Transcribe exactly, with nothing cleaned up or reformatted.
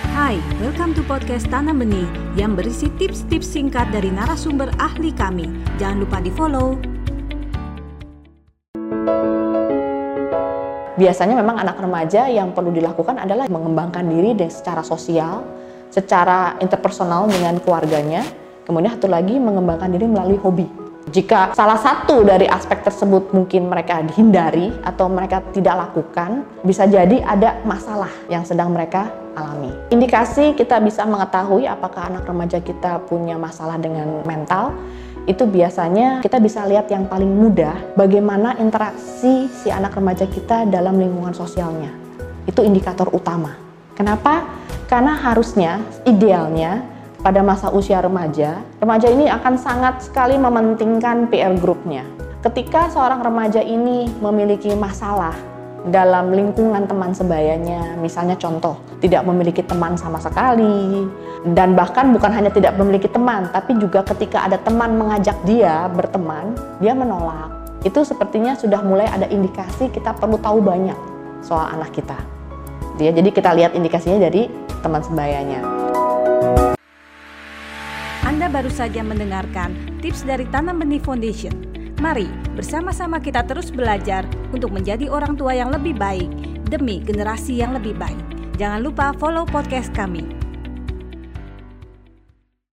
Hai, welcome to podcast Tanam Benih yang berisi tips-tips singkat dari narasumber ahli kami. Jangan lupa di-follow. Biasanya memang anak remaja yang perlu dilakukan adalah mengembangkan diri dengan secara sosial, secara interpersonal dengan keluarganya, kemudian satu lagi mengembangkan diri melalui hobi. Jika salah satu dari aspek tersebut mungkin mereka hindari atau mereka tidak lakukan, bisa jadi ada masalah yang sedang mereka alami. Indikasi kita bisa mengetahui apakah anak remaja kita punya masalah dengan mental, itu biasanya kita bisa lihat yang paling mudah bagaimana interaksi si anak remaja kita dalam lingkungan sosialnya. Itu indikator utama. Kenapa? Karena harusnya, idealnya, pada masa usia remaja, remaja ini akan sangat sekali mementingkan peer group-nya. Ketika seorang remaja ini memiliki masalah dalam lingkungan teman sebayanya, misalnya contoh, tidak memiliki teman sama sekali, dan bahkan bukan hanya tidak memiliki teman, tapi juga ketika ada teman mengajak dia berteman, dia menolak. Itu sepertinya sudah mulai ada indikasi kita perlu tahu banyak soal anak kita. Jadi kita lihat indikasinya dari teman sebayanya. Anda baru saja mendengarkan tips dari Tanam Benih Foundation. Mari bersama-sama kita terus belajar untuk menjadi orang tua yang lebih baik demi generasi yang lebih baik. Jangan lupa follow podcast kami.